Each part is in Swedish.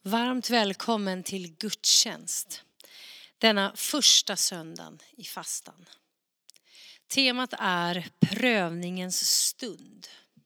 Varmt välkommen till gudstjänst. Denna första söndagen i fastan. Temat är prövningens stund.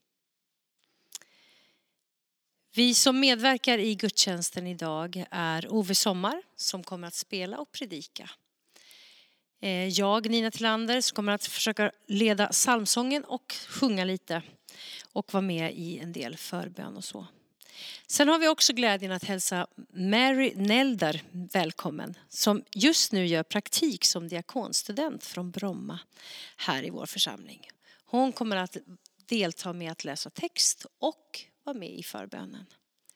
Vi som medverkar i gudstjänsten idag är Ove Sommar som kommer att spela och predika. Jag, Nina Tillander, som kommer att försöka leda psalmsången och sjunga lite och vara med i en del förbön och så. Sen har vi också glädjen att hälsa Mary Neldar välkommen, som just nu gör praktik som diakonstudent från Bromma här i vår församling. Hon kommer att delta med att läsa text och vara med i förbönen.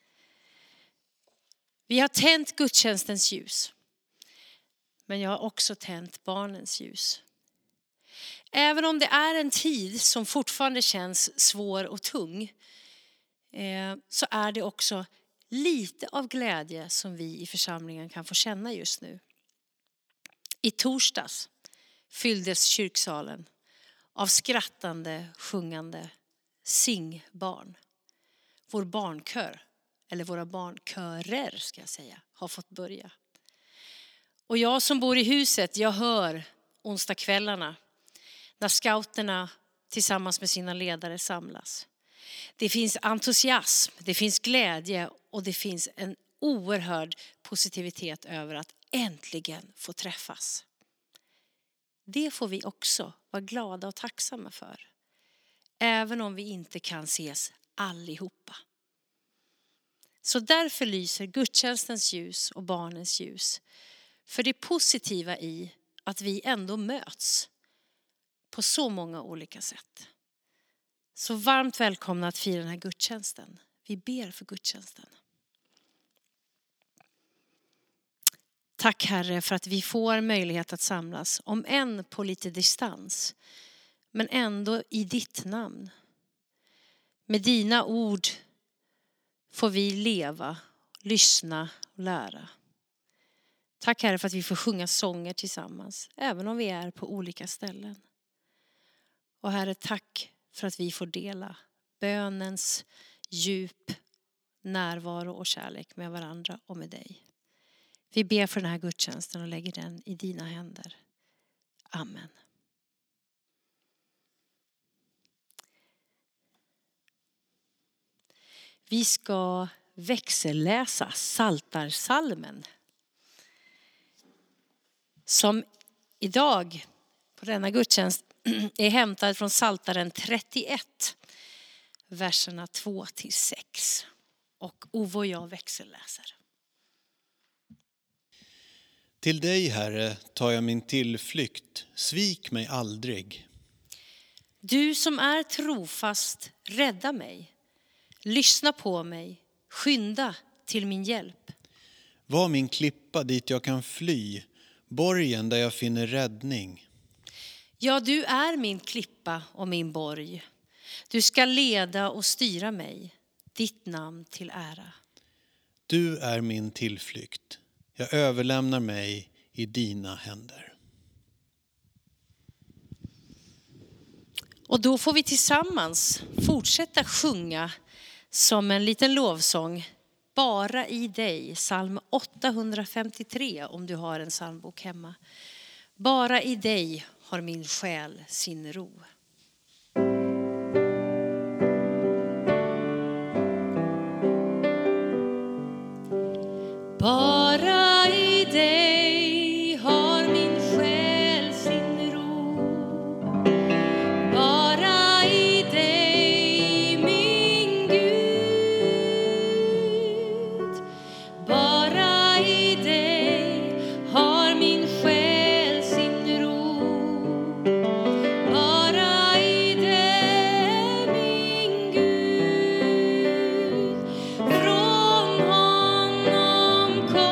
Vi har tänt gudstjänstens ljus, men jag har också tänt barnens ljus. Även om det är en tid som fortfarande känns svår och tung, så är det också lite av glädje som vi i församlingen kan få känna just nu. I torsdags fylldes kyrksalen av skrattande, sjungande singbarn. Vår barnkör, eller våra barnkörer ska jag säga, har fått börja. Och jag som bor i huset, jag hör onsdagskvällarna när scouterna tillsammans med sina ledare samlas. Det finns entusiasm, det finns glädje och det finns en oerhörd positivitet över att äntligen få träffas. Det får vi också vara glada och tacksamma för. Även om vi inte kan ses allihopa. Så därför lyser gudstjänstens ljus och barnens ljus. För det positiva i att vi ändå möts på så många olika sätt. Så varmt välkomna att fira den här gudstjänsten. Vi ber för gudstjänsten. Tack Herre för att vi får möjlighet att samlas, om än på lite distans, men ändå i ditt namn. Med dina ord får vi leva, lyssna och lära. Tack Herre för att vi får sjunga sånger tillsammans, även om vi är på olika ställen. Och Herre, tack för att vi får dela bönens djup, närvaro och kärlek med varandra och med dig. Vi ber för den här gudstjänsten och lägger den i dina händer. Amen. Vi ska växelläsa Psaltarpsalmen, som idag på denna gudstjänst är hämtad från Psaltaren 31, verserna 2-6. Och Ove och jag växelläser. Till dig, Herre, tar jag min tillflykt. Svik mig aldrig. Du som är trofast, rädda mig. Lyssna på mig. Skynda till min hjälp. Var min klippa dit jag kan fly. Borgen där jag finner räddning. Ja, du är min klippa och min borg. Du ska leda och styra mig. Ditt namn till ära. Du är min tillflykt. Jag överlämnar mig i dina händer. Och då får vi tillsammans fortsätta sjunga som en liten lovsång. Bara i dig, psalm 853 om du har en psalmbok hemma. Bara i dig har min själ sin ro. Bara i dig har min själ sin ro. Bara i dig, min Gud. Bara i dig har min själ sin ro. Bara i dig, min Gud. Från honom kom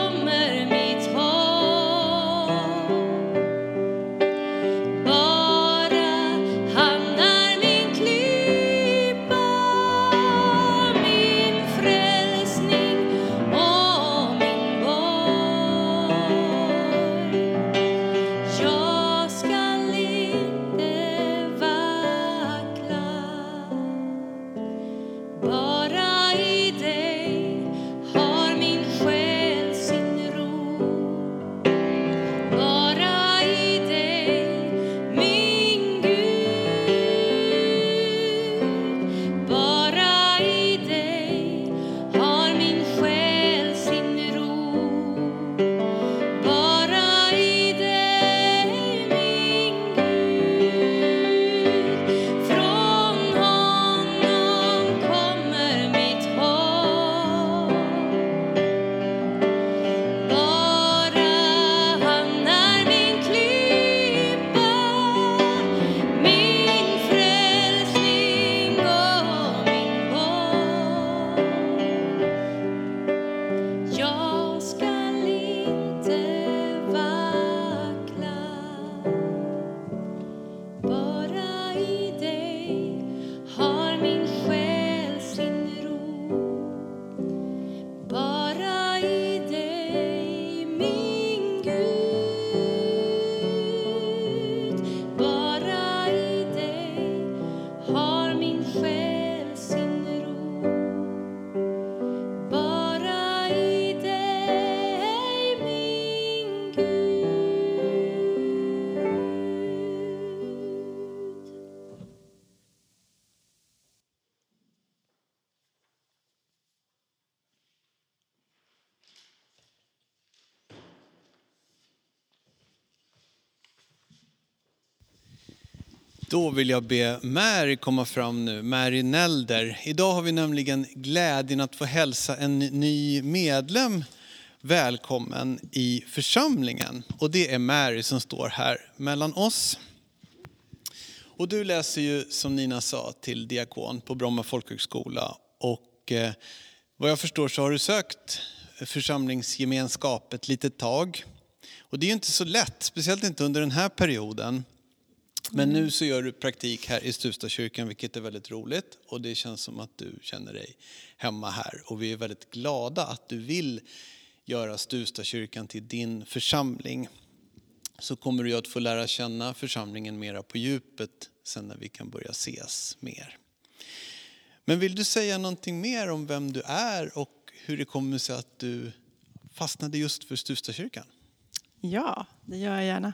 Då vill jag be Mary komma fram nu, Mary Nelder. Idag har vi nämligen glädjen att få hälsa en ny medlem välkommen i församlingen. Och det är Mary som står här mellan oss. Och du läser ju, som Nina sa, till diakon på Bromma folkhögskola. Och vad jag förstår så har du sökt församlingsgemenskap ett litet tag. Och det är ju inte så lätt, speciellt inte under den här perioden. Men nu så gör du praktik här i Stuvstakyrkan, vilket är väldigt roligt. Och det känns som att du känner dig hemma här. Och vi är väldigt glada att du vill göra Stuvstakyrkan till din församling. Så kommer du att få lära känna församlingen mera på djupet sen när vi kan börja ses mer. Men vill du säga någonting mer om vem du är och hur det kommer sig att du fastnade just för Stuvstakyrkan? Ja, det gör jag gärna.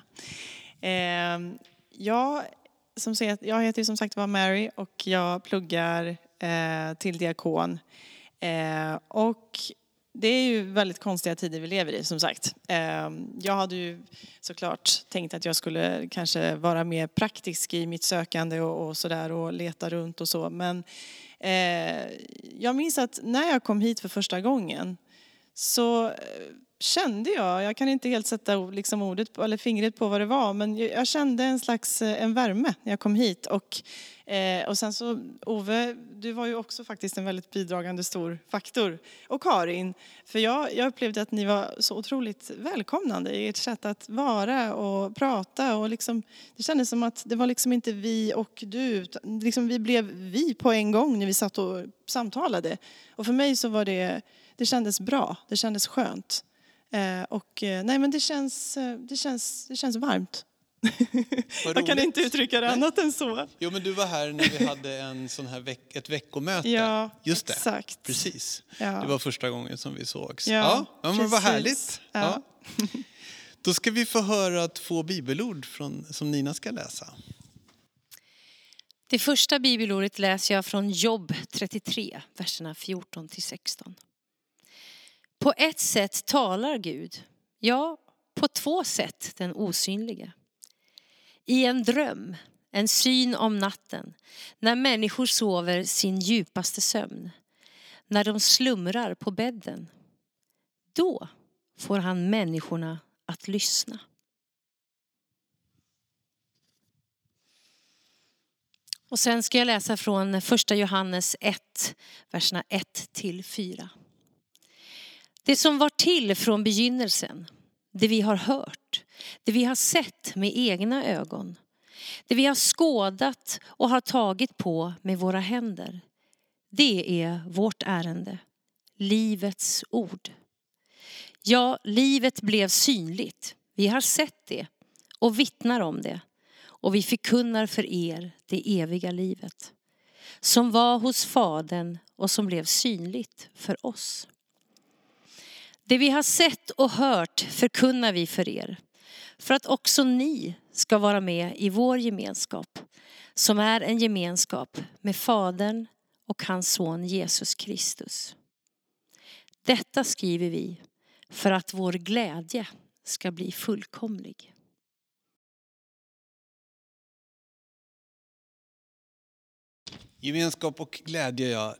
Jag heter som sagt var Mary och jag pluggar till diakon. Och det är ju väldigt konstiga tider vi lever i, som sagt. Jag hade ju såklart tänkt att jag skulle kanske vara mer praktisk i mitt sökande och sådär och leta runt och så. Men jag minns att när jag kom hit för första gången så kände jag kan inte helt sätta ordet på, eller fingret på vad det var, men jag kände en värme när jag kom hit. Och sen så, Ove, du var ju också faktiskt en väldigt bidragande stor faktor. Och Karin, för jag upplevde att ni var så otroligt välkomnande i ert sätt att vara och prata. Och det kändes som att det var inte vi och du, vi blev vi på en gång när vi satt och samtalade. Och för mig så var det kändes bra, det kändes skönt. Men det känns varmt. Jag kan inte uttrycka det annat än så. Jo, men du var här när vi hade en sån här ett veckomöte. Ja, just det. Exakt. Precis. Ja. Det var första gången som vi sågs. Ja, men vad härligt. Ja. Ja. Då ska vi få höra 2 bibelord som Nina ska läsa. Det första bibelordet läser jag från Jobb 33, verserna 14-16. På ett sätt talar Gud, ja, på 2 sätt den osynlige. I en dröm, en syn om natten, när människor sover sin djupaste sömn, när de slumrar på bädden, då får han människorna att lyssna. Och sen ska jag läsa från 1 Johannes 1, verserna 1-4. Det som var till från begynnelsen, det vi har hört, det vi har sett med egna ögon, det vi har skådat och har tagit på med våra händer, det är vårt ärende, livets ord. Ja, livet blev synligt, vi har sett det och vittnar om det, och vi förkunnar för er det eviga livet, som var hos Fadern och som blev synligt för oss. Det vi har sett och hört förkunnar vi för er, för att också ni ska vara med i vår gemenskap, som är en gemenskap med Fadern och hans son Jesus Kristus. Detta skriver vi för att vår glädje ska bli fullkomlig. Gemenskap och glädje, ja.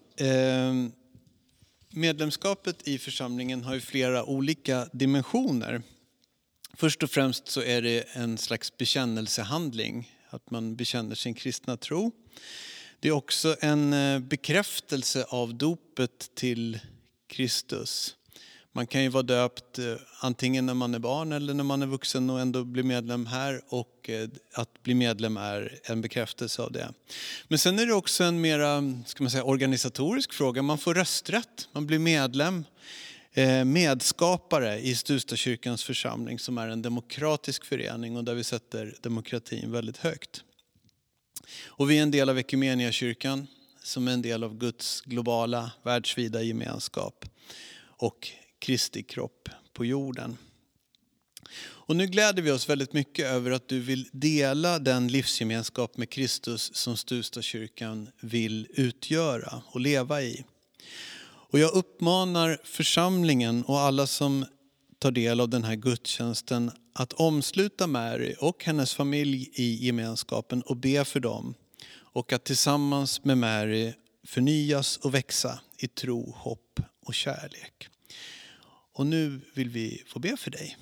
Medlemskapet i församlingen har ju flera olika dimensioner. Först och främst så är det en slags bekännelsehandling, att man bekänner sin kristna tro. Det är också en bekräftelse av dopet till Kristus. Man kan ju vara döpt antingen när man är barn eller när man är vuxen och ändå bli medlem här, och att bli medlem är en bekräftelse av det. Men sen är det också en mera, organisatorisk fråga. Man får rösträtt, man blir medlem, medskapare i Stuvstakyrkans församling, som är en demokratisk förening och där vi sätter demokratin väldigt högt. Och vi är en del av Ekumeniakyrkan, som är en del av Guds globala världsvida gemenskap och Kristi kropp på jorden. Och nu gläder vi oss väldigt mycket över att du vill dela den livsgemenskap med Kristus som Stuvstakyrkan vill utgöra och leva i. Och jag uppmanar församlingen och alla som tar del av den här gudstjänsten att omsluta Mary och hennes familj i gemenskapen och be för dem. Och att tillsammans med Mary förnyas och växa i tro, hopp och kärlek. Och nu vill vi få be för dig.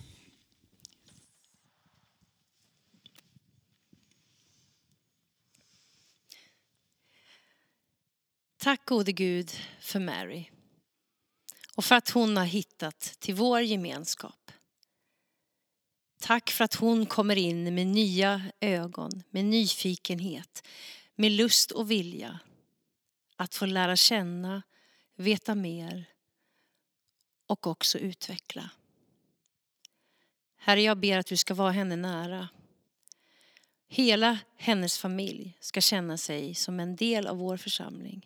Tack gode Gud för Mary. Och för att hon har hittat till vår gemenskap. Tack för att hon kommer in med nya ögon, med nyfikenhet, med lust och vilja. Att få lära känna, veta mer och också utveckla. Herre, jag ber att du ska vara henne nära. Hela hennes familj ska känna sig som en del av vår församling.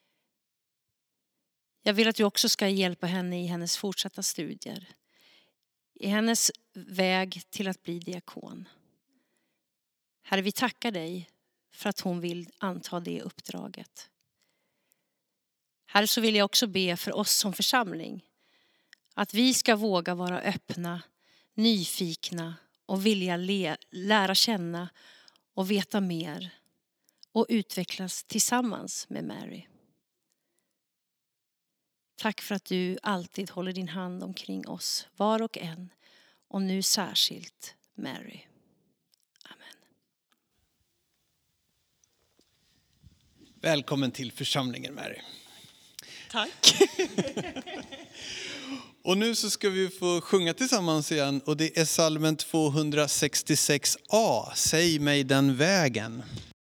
Jag vill att du också ska hjälpa henne i hennes fortsatta studier. I hennes väg till att bli diakon. Herre, vi tackar dig för att hon vill anta det uppdraget. Herre, så vill jag också be för oss som församling. Att vi ska våga vara öppna, nyfikna och vilja lära känna och veta mer. Och utvecklas tillsammans med Mary. Tack för att du alltid håller din hand omkring oss, var och en. Och nu särskilt Mary. Amen. Välkommen till församlingen, Mary. Tack. Och nu så ska vi få sjunga tillsammans igen. Och det är psalmen 266a. Säg mig den vägen.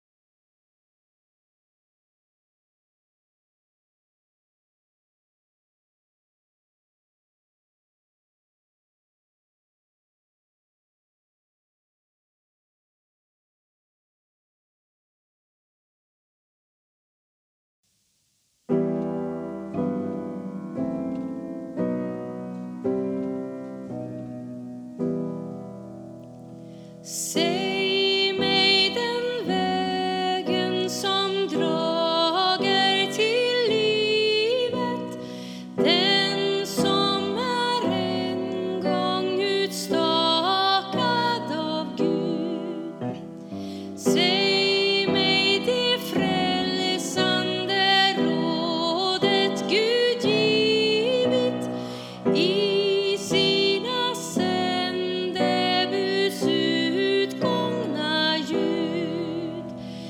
Säg mig den vägen som drager till livet, den som är en gång utstakad av Gud. Säg mig det frälsande rådet Gud givit i sina sändebuds utgångna ljud.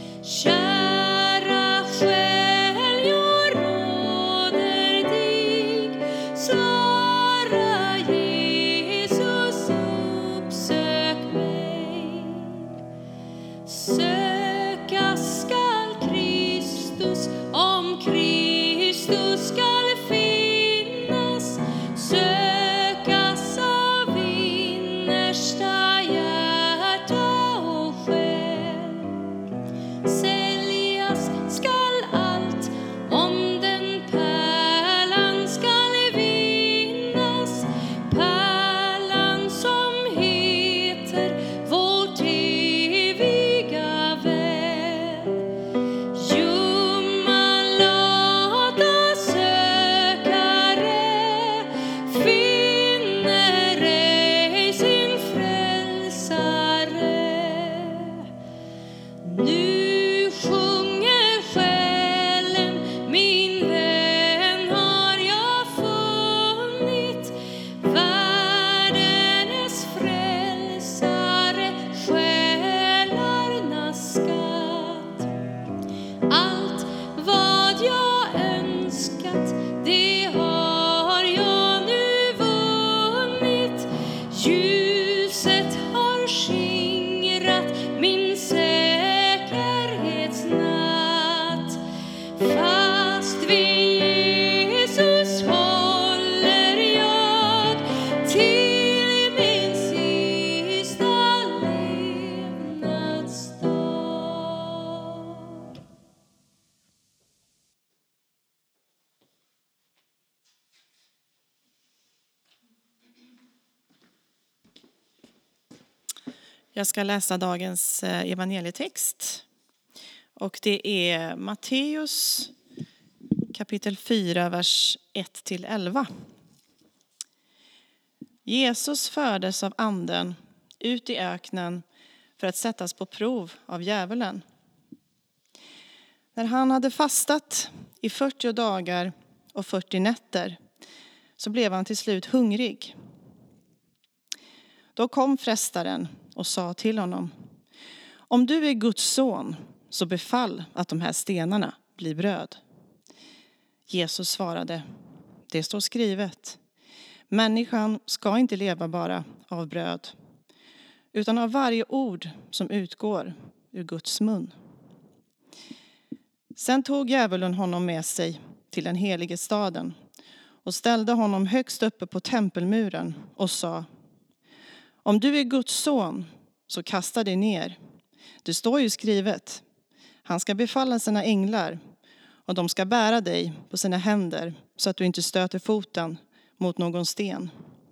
Kära själ, jag råder dig, svara Jesus, uppsök mig. Söka skall Kristus, om Kristus skall finnas. Sökas av innersta hjärta och själ. Säljas skall allt, om den pärlan skall vinnas. Pärlan som heter vårt eviga väl. Ljumma lata sökare finner ej sin frälsare. Nu sjunger själen, min vän har jag funnit. Världens frälsare, själarnas skatt. Allt vad jag önskat, det har jag nu vunnit. Ljuset har skingrat min säkerhetsnatt. Fast vid Jesus håller jag till min sista levnadsdag. Jag ska läsa dagens evangelietext. Och det är Matteus kapitel 4, vers 1-11. Jesus fördes av anden ut i öknen för att sättas på prov av djävulen. När han hade fastat i 40 dagar och 40 nätter så blev han till slut hungrig. Då kom frestaren och sa till honom: om du är Guds son, så befall att de här stenarna blir bröd. Jesus svarade: det står skrivet, människan ska inte leva bara av bröd, utan av varje ord som utgår ur Guds mun. Sen tog djävulen honom med sig till den helige staden och ställde honom högst uppe på tempelmuren och sa: om du är Guds son, så kasta dig ner. Det står ju skrivet, han ska befalla sina änglar och de ska bära dig på sina händer så att du inte stöter foten mot någon sten.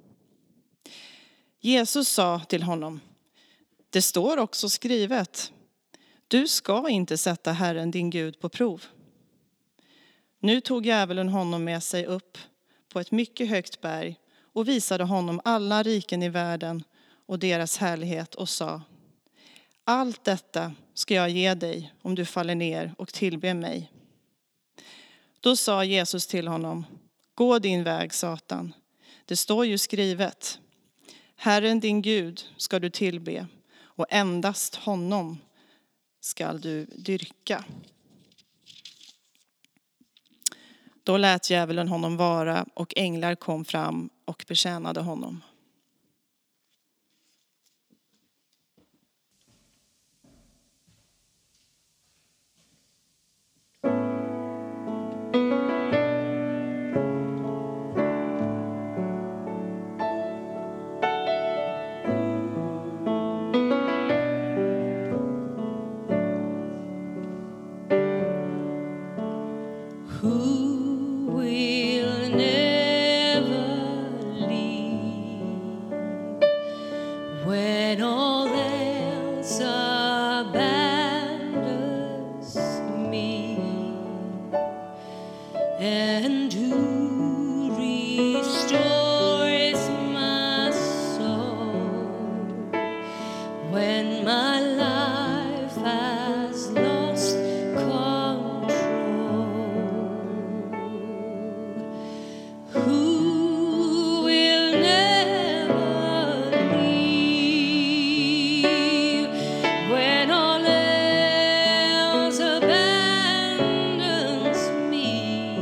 Jesus sa till honom: det står också skrivet, du ska inte sätta Herren din Gud på prov. Nu tog djävulen honom med sig upp på ett mycket högt berg och visade honom alla riken i världen och deras härlighet och sa: allt detta ska jag ge dig om du faller ner och tillber mig. Då sa Jesus till honom: gå din väg, Satan. Det står ju skrivet, Herren din Gud ska du tillbe och endast honom ska du dyrka. Då lät djävulen honom vara och änglar kom fram och betjänade honom. Who will never leave when all else abandons me, and who restores my soul when my life has lost control? Who will never leave when all else abandons me,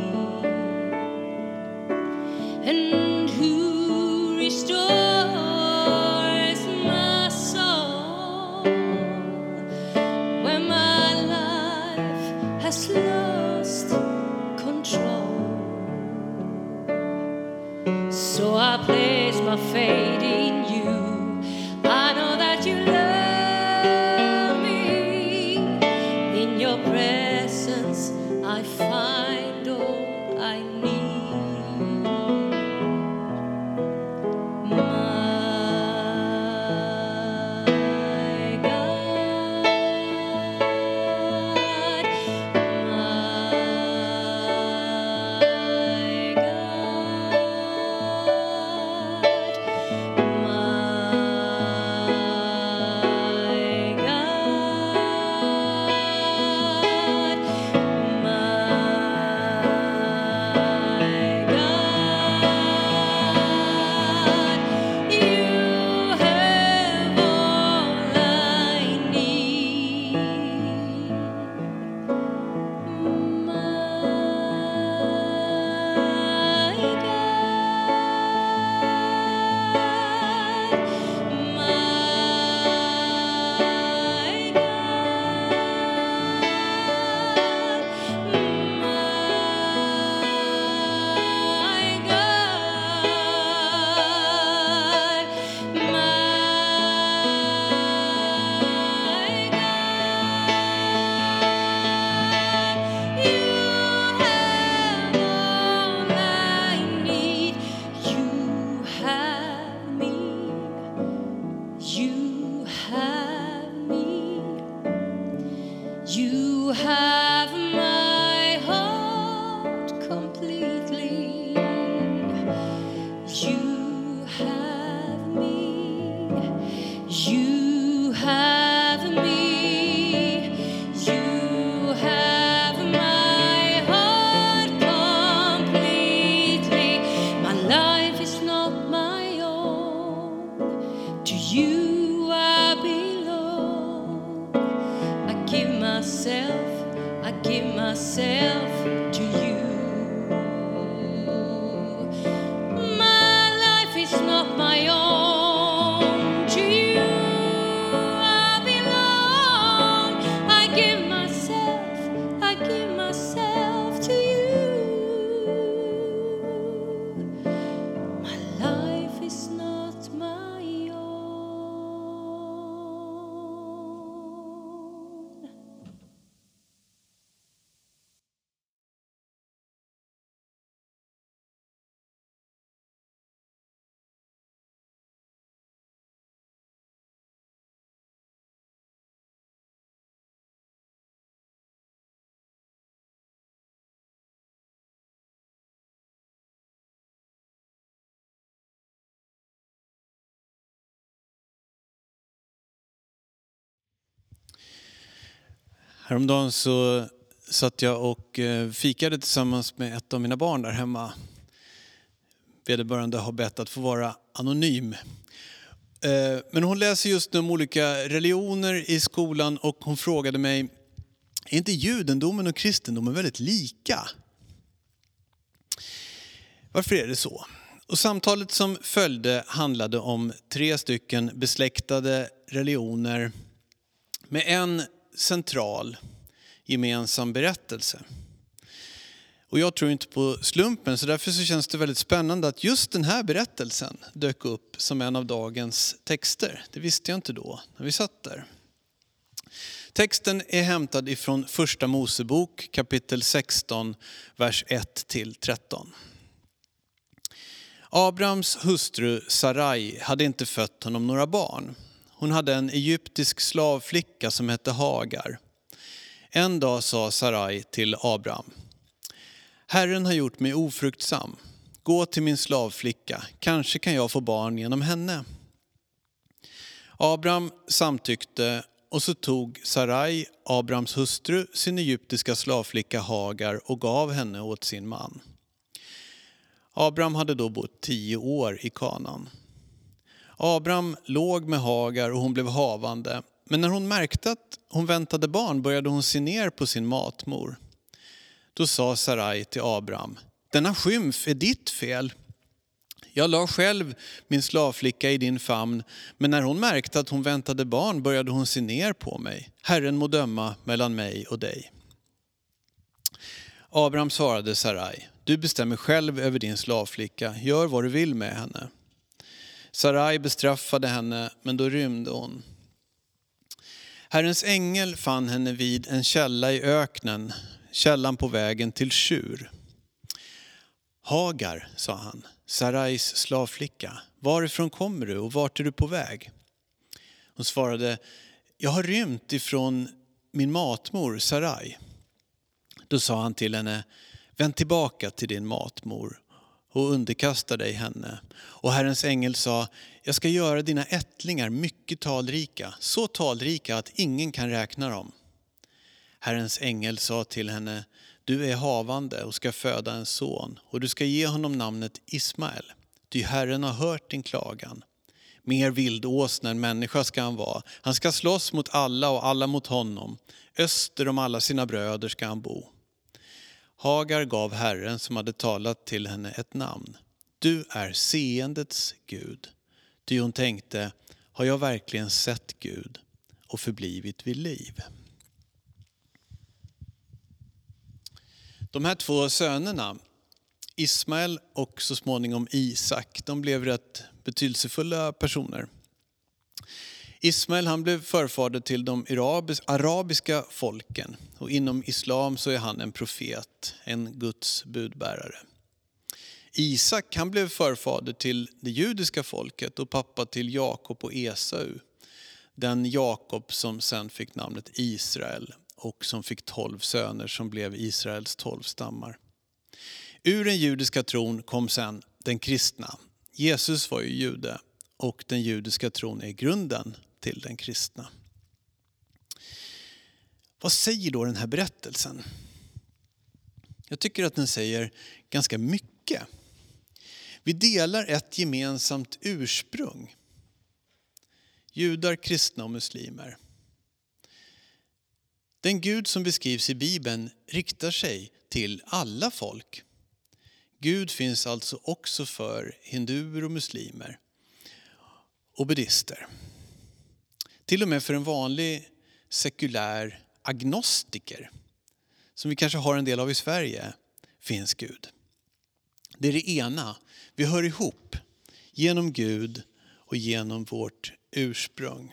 and who restores my soul when my life has lost control? So I place my faith in you. I know that you love me. In your presence I find all I need. My God, my God. give myself to you. My life is not my own. To you I belong. I give myself to you. My life is not my own. Häromdagen så satt jag och fikade tillsammans med ett av mina barn där hemma. Vederbörande har bett att få vara anonym. Men hon läser just nu om olika religioner i skolan och hon frågade mig, är inte judendomen och kristendomen väldigt lika? Varför är det så? Och samtalet som följde handlade om 3 stycken besläktade religioner med en central gemensam berättelse. Och jag tror inte på slumpen, så därför så känns det väldigt spännande att just den här berättelsen dök upp som en av dagens texter. Det visste jag inte då när vi satt där. Texten är hämtad ifrån Första Mosebok kapitel 16, vers 1-13. Abrams hustru Sarai hade inte fött honom några barn. Hon hade en egyptisk slavflicka som hette Hagar. En dag sa Sarai till Abram: Herren har gjort mig ofruktsam. Gå till min slavflicka, kanske kan jag få barn genom henne. Abram samtyckte och så tog Sarai, Abrams hustru, sin egyptiska slavflicka Hagar och gav henne åt sin man. Abram hade då bott 10 år i Kanaan. Abram låg med Hagar och hon blev havande. Men när hon märkte att hon väntade barn började hon se ner på sin matmor. Då sa Sarai till Abram: denna skymf är ditt fel. Jag la själv min slavflicka i din famn, men när hon märkte att hon väntade barn började hon se ner på mig. Herren må döma mellan mig och dig. Abram svarade Sarai: du bestämmer själv över din slavflicka, gör vad du vill med henne. Sarai bestraffade henne, men då rymde hon. Herrens ängel fann henne vid en källa i öknen, källan på vägen till Shur. Hagar, sa han, Sarais slavflicka, varifrån kommer du och vart är du på väg? Hon svarade: jag har rymt ifrån min matmor Sarai. Då sa han till henne: vänd tillbaka till din matmor och underkasta dig henne. Och Herrens ängel sa: jag ska göra dina ättlingar mycket talrika, så talrika att ingen kan räkna dem. Herrens ängel sa till henne: du är havande och ska föda en son, och du ska ge honom namnet Ismael, ty Herren har hört din klagan. Mer vildåsna än människa ska han vara. Han ska slåss mot alla och alla mot honom. Öster om alla sina bröder ska han bo. Hagar gav Herren som hade talat till henne ett namn. Du är seendets Gud. Ty hon tänkte: har jag verkligen sett Gud och förblivit vid liv? De här 2 sönerna, Ismael och så småningom Isak, de blev rätt betydelsefulla personer. Ismael, han blev förfader till de arabiska folken, och inom islam så är han en profet, en Guds budbärare. Isak, han blev förfader till det judiska folket och pappa till Jakob och Esau. Den Jakob som sen fick namnet Israel och som fick 12 söner som blev Israels 12 stammar. Ur den judiska tron kom sen den kristna. Jesus var ju jude och den judiska tron är grunden till den kristna. Vad säger då den här berättelsen? Jag tycker att den säger ganska mycket. Vi delar ett gemensamt ursprung. Judar, kristna och muslimer. Den Gud som beskrivs i Bibeln riktar sig till alla folk. Gud finns alltså också för hinduer och muslimer och buddister. Till och med för en vanlig sekulär agnostiker, som vi kanske har en del av i Sverige, finns Gud. Det är det ena. Vi hör ihop genom Gud och genom vårt ursprung.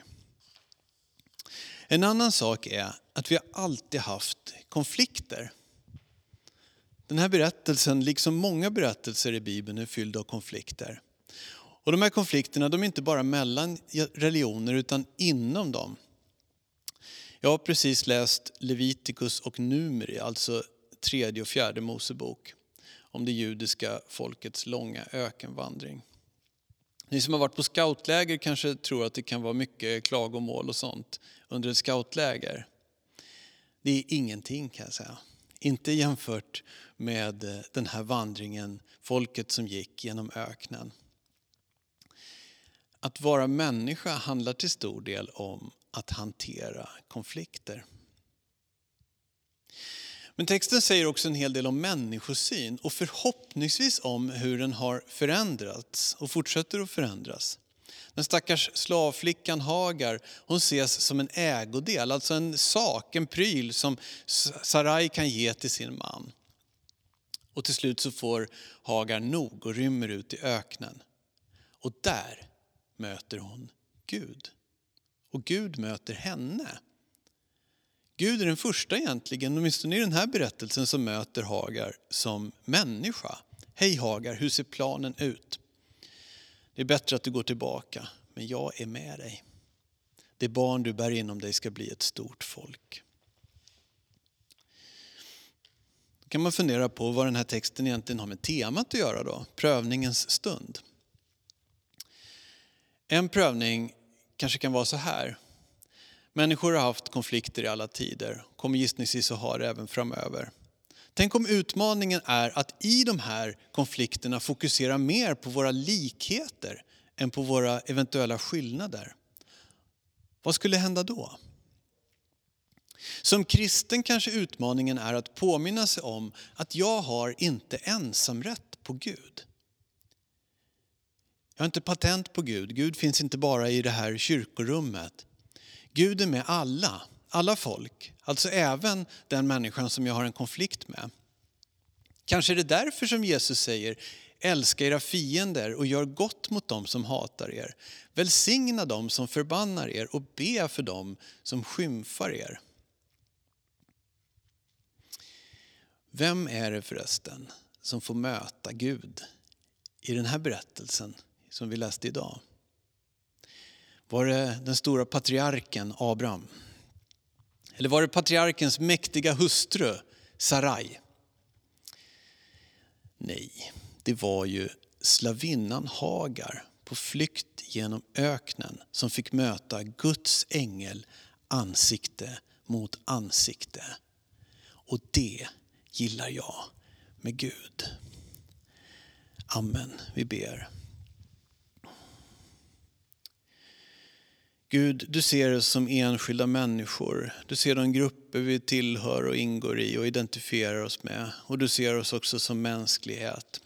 En annan sak är att vi har alltid haft konflikter. Den här berättelsen, liksom många berättelser i Bibeln, är fylld av konflikter. Och de här konflikterna, de är inte bara mellan religioner utan inom dem. Jag har precis läst Levitikus och Numeri, alltså 3:e och 4:e Mosebok, om det judiska folkets långa ökenvandring. Ni som har varit på scoutläger kanske tror att det kan vara mycket klagomål och sånt under ett scoutläger. Det är ingenting, kan jag säga. Inte jämfört med den här vandringen, folket som gick genom öknen. Att vara människa handlar till stor del om att hantera konflikter. Men texten säger också en hel del om människosyn och förhoppningsvis om hur den har förändrats och fortsätter att förändras. Den stackars slavflickan Hagar, hon ses som en ägodel, alltså en sak, en pryl som Sarai kan ge till sin man. Och till slut så får Hagar nog och rymmer ut i öknen. Och där möter hon Gud. Och Gud möter henne. Gud är den första egentligen, åtminstone i den här berättelsen, som möter Hagar som människa. Hej Hagar, hur ser planen ut? Det är bättre att du går tillbaka, men jag är med dig. Det barn du bär inom dig ska bli ett stort folk. Då kan man fundera på vad den här texten egentligen har med temat att göra då, prövningens stund. En prövning kanske kan vara så här. Människor har haft konflikter i alla tider, kommer gissningsvis att ha det även framöver. Tänk om utmaningen är att i de här konflikterna fokusera mer på våra likheter än på våra eventuella skillnader. Vad skulle hända då? Som kristen kanske utmaningen är att påminna sig om att jag har inte ensamrätt på Gud. Jag har inte patent på Gud. Gud finns inte bara i det här kyrkorummet. Gud är med alla folk, alltså även den människan som jag har en konflikt med. Kanske är det därför som Jesus säger, älska era fiender och gör gott mot dem som hatar er. Välsigna dem som förbannar er och be för dem som skymfar er. Vem är det förresten som får möta Gud i den här berättelsen som vi läste idag? Var det den stora patriarken Abraham? Eller var det patriarkens mäktiga hustru Sarai? Nej, det var ju slavinnan Hagar på flykt genom öknen som fick möta Guds ängel ansikte mot ansikte. Och det gillar jag med Gud. Amen, vi ber. Gud, du ser oss som enskilda människor. Du ser de grupper vi tillhör och ingår i och identifierar oss med. Och du ser oss också som mänsklighet.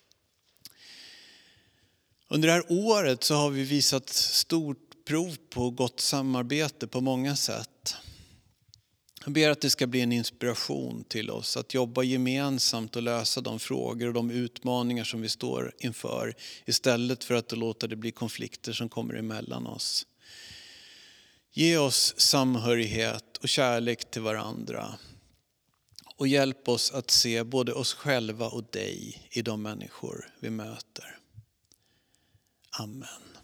Under det här året så har vi visat stort prov på gott samarbete på många sätt. Jag ber att det ska bli en inspiration till oss att jobba gemensamt och lösa de frågor och de utmaningar som vi står inför. Istället för att låta det bli konflikter som kommer emellan oss. Ge oss samhörighet och kärlek till varandra. Och hjälp oss att se både oss själva och dig i de människor vi möter. Amen.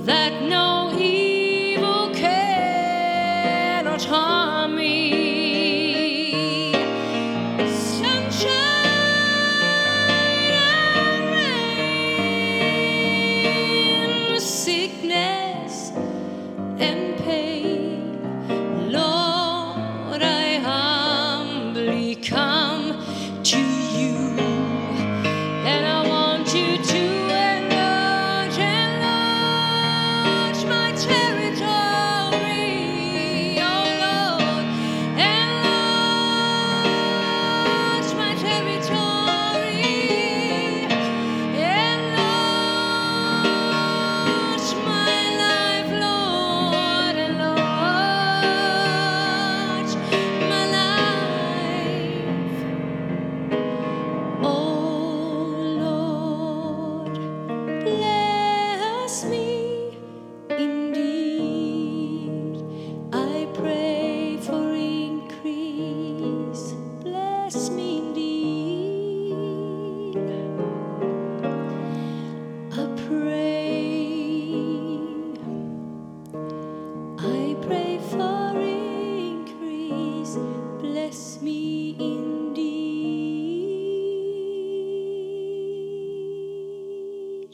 that no evil cannot harm me. Sunshine and rain, sickness and pain, Lord, I humbly come to you, and I want you to enlarge my territory, oh Lord, enlarge my territory, enlarge my life, Lord, enlarge my life. Oh Lord, bless me indeed. I pray for increase. Bless me indeed. I pray for increase. Bless me indeed.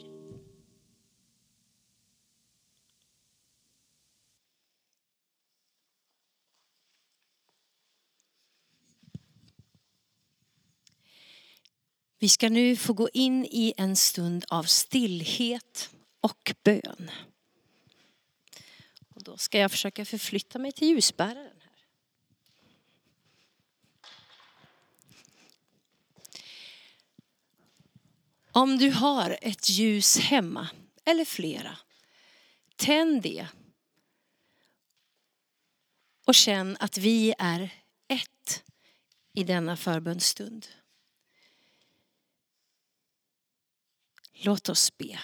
Vi ska nu få gå in i en stund av stillhet och bön. Och då ska jag försöka förflytta mig till ljusbäraren här. Om du har ett ljus hemma eller flera, tänd det. Och känn att vi är ett i denna förbönsstund. Låt oss be.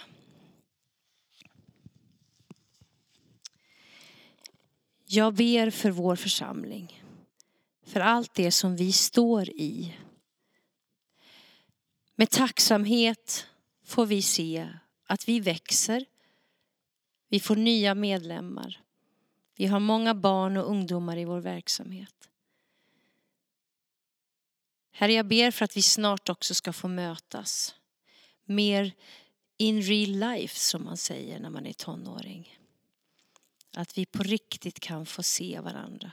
Jag ber för vår församling, för allt det som vi står i. Med tacksamhet får vi se att vi växer. Vi får nya medlemmar. Vi har många barn och ungdomar i vår verksamhet. Herre, jag ber för att vi snart också ska få mötas. Mer in real life, som man säger när man är tonåring. Att vi på riktigt kan få se varandra.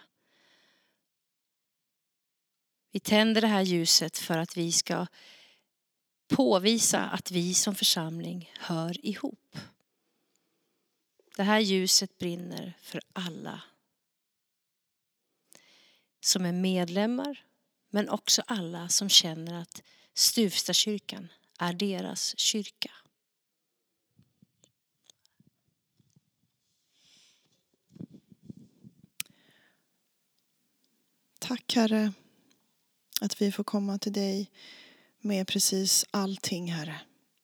Vi tänder det här ljuset för att vi ska påvisa att vi som församling hör ihop. Det här ljuset brinner för alla som är medlemmar, men också alla som känner att Stuvstakyrkan är deras kyrka. Tack Herre att vi får komma till dig med precis allting, Herre.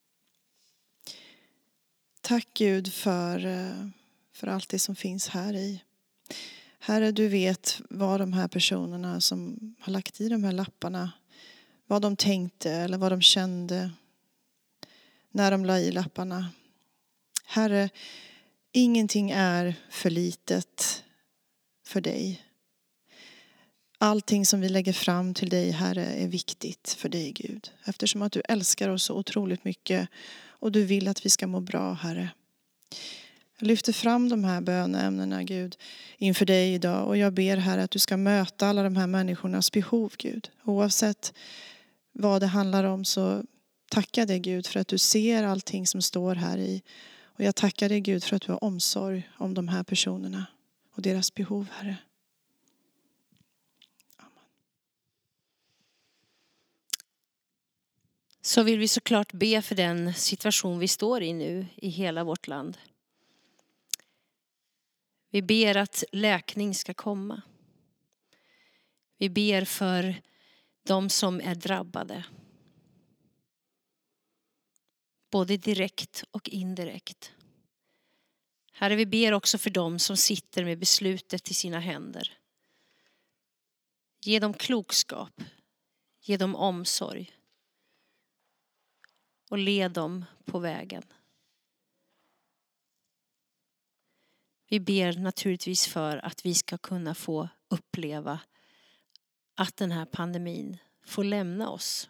Tack Gud för allt det som finns här i. Herre, du vet vad de här personerna som har lagt i de här lapparna, vad de tänkte eller vad de kände när de la i lapparna. Herre, ingenting är för litet för dig. Allting som vi lägger fram till dig, Herre, är viktigt för dig, Gud. Eftersom att du älskar oss så otroligt mycket och du vill att vi ska må bra, Herre. Jag lyfter fram de här böneämnena, Gud, inför dig idag. Och jag ber, Herre, att du ska möta alla de här människornas behov, Gud. Oavsett vad det handlar om så tackar dig, Gud, för att du ser allting som står här i. Och jag tackar dig, Gud, för att du har omsorg om de här personerna och deras behov, Herre. Så vill vi såklart be för den situation vi står i nu i hela vårt land. Vi ber att läkning ska komma. Vi ber för de som är drabbade. Både direkt och indirekt. Herre, vi ber också för dem som sitter med beslutet i sina händer. Ge dem klokskap. Ge dem omsorg. Och led dem på vägen. Vi ber naturligtvis för att vi ska kunna få uppleva att den här pandemin får lämna oss.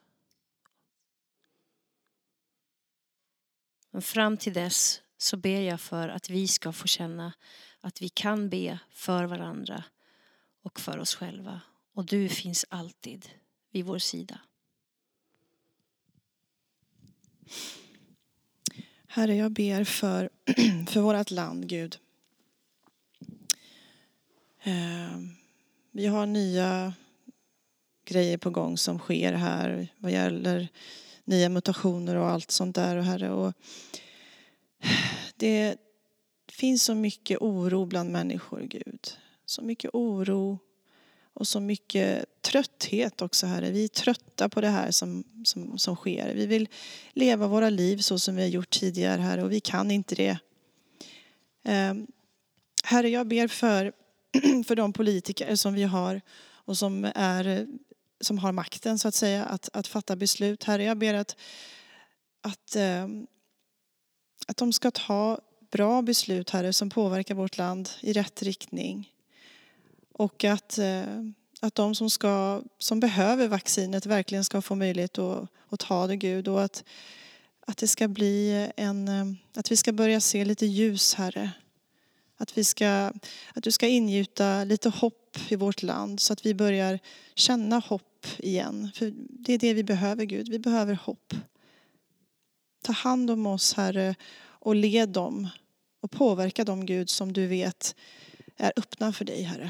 Men fram till dess så ber jag för att vi ska få känna att vi kan be för varandra och för oss själva. Och du finns alltid vid vår sida. Herre, jag ber för vårt land, Gud. Vi har nya grejer på gång som sker här vad gäller nya mutationer och allt sånt där. Och Herre, och det finns så mycket oro bland människor, Gud. Så mycket oro och så mycket trötthet också, Herre. Vi är trötta på det här som sker. Vi vill leva våra liv så som vi har gjort tidigare, Herre, och vi kan inte det. Herre, jag ber för de politiker som vi har och som har makten så att säga att fatta beslut. Herre, jag ber att de ska ta bra beslut, Herre, som påverkar vårt land i rätt riktning. Och att de som behöver vaccinet verkligen ska få möjlighet att ta det, Gud. Och att det ska bli att vi ska börja se lite ljus, Herre. Att du ska ingjuta lite hopp i vårt land så att vi börjar känna hopp igen. För det är det vi behöver, Gud. Vi behöver hopp. Ta hand om oss, Herre, och led dem och påverka dem, Gud, som du vet är öppna för dig, Herre.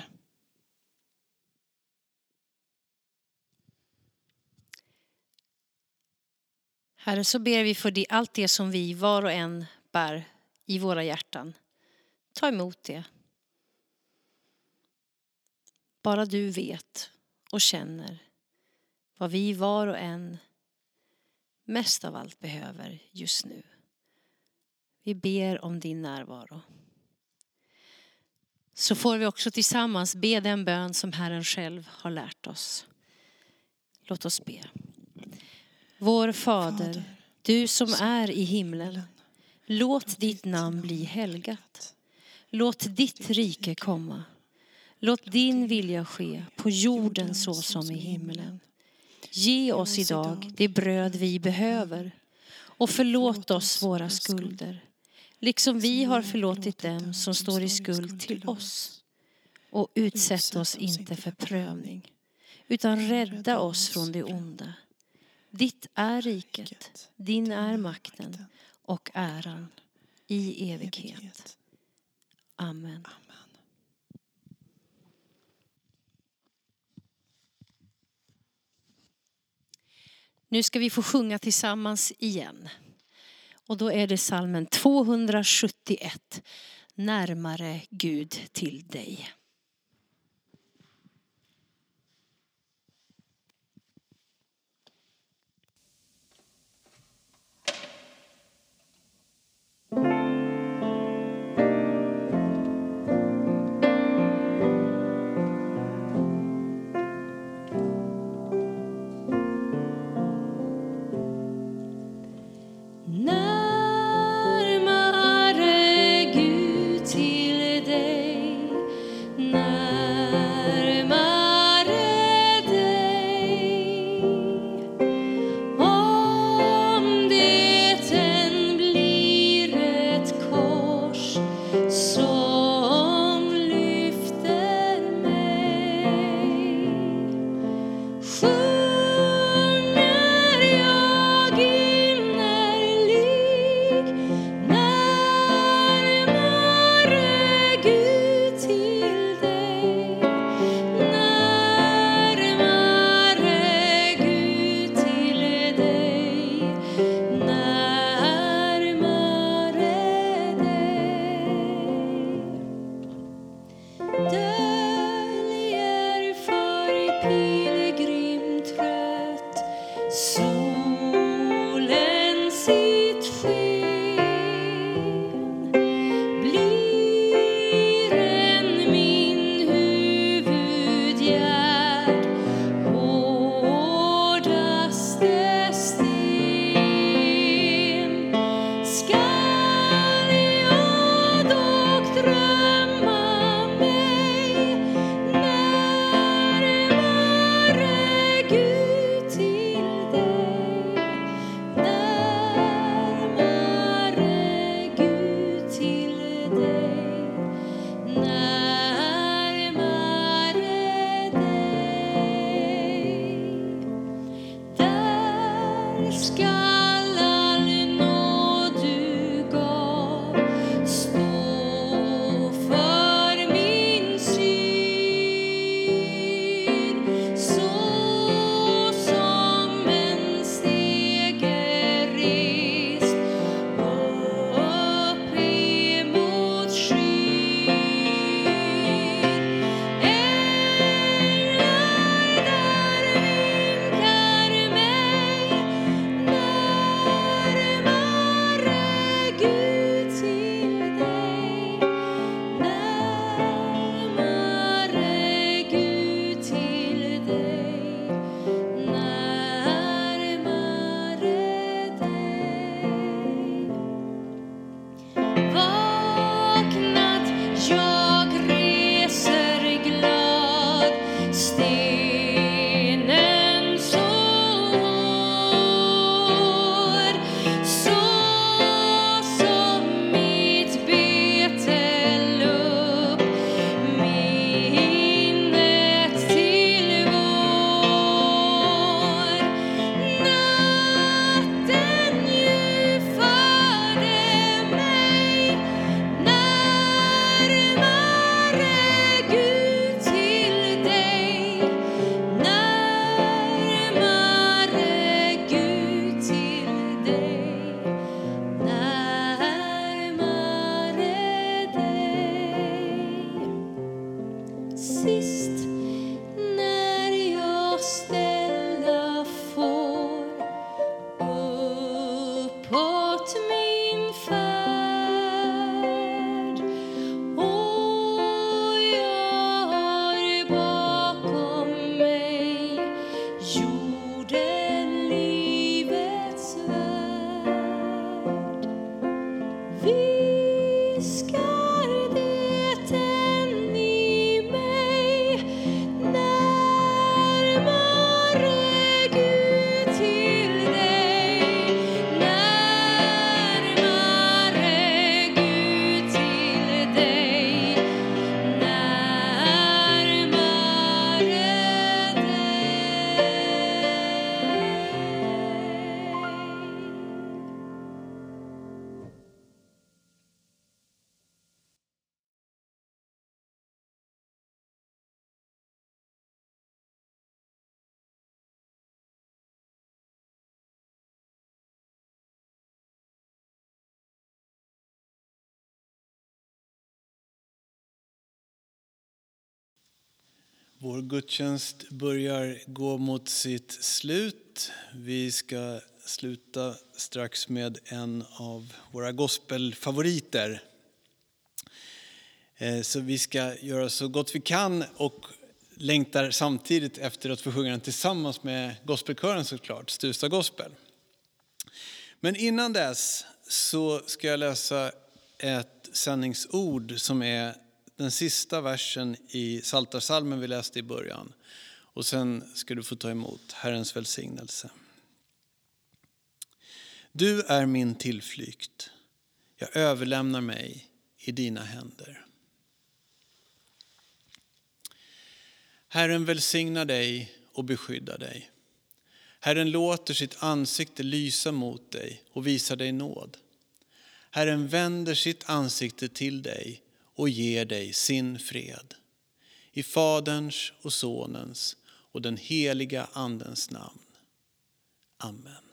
Herre, så ber vi för allt det som vi var och en bär i våra hjärtan. Ta emot det. Bara du vet och känner vad vi var och en mest av allt behöver just nu. Vi ber om din närvaro. Så får vi också tillsammans be den bön som Herren själv har lärt oss. Låt oss be. Vår Fader, du som är i himlen, låt ditt namn bli helgat. Låt ditt rike komma. Låt din vilja ske på jorden så som i himlen. Ge oss idag det bröd vi behöver och förlåt oss våra skulder, liksom vi har förlåtit dem som står i skuld till oss. Och utsätt oss inte för prövning, utan rädda oss från det onda. Ditt är riket, din är makten och äran i evighet. Amen. Nu ska vi få sjunga tillsammans igen. Och då är det psalmen 271. Närmare Gud till dig. Närmare Gud till dig, sist när jag ställa får uppåt min färd, och jag har bakom mig jorden, livets värld. Viskar det än i mig, närmare Gud till dig, närmare Gud till dig, närmare dig. Vår gudstjänst börjar gå mot sitt slut. Vi ska sluta strax med en av våra gospelfavoriter. Så vi ska göra så gott vi kan och längtar samtidigt efter att få sjunga den tillsammans med gospelkören såklart, Stuvsta Gospel. Men innan dess så ska jag läsa ett sändningsord som är den sista versen i Psaltarpsalmen vi läste i början. Och sen ska du få ta emot Herrens välsignelse. Du är min tillflykt. Jag överlämnar mig i dina händer. Herren välsignar dig och beskyddar dig. Herren låter sitt ansikte lysa mot dig och visar dig nåd. Herren vänder sitt ansikte till dig och ger dig sin fred. I Faderns och Sonens och den heliga Andens namn. Amen.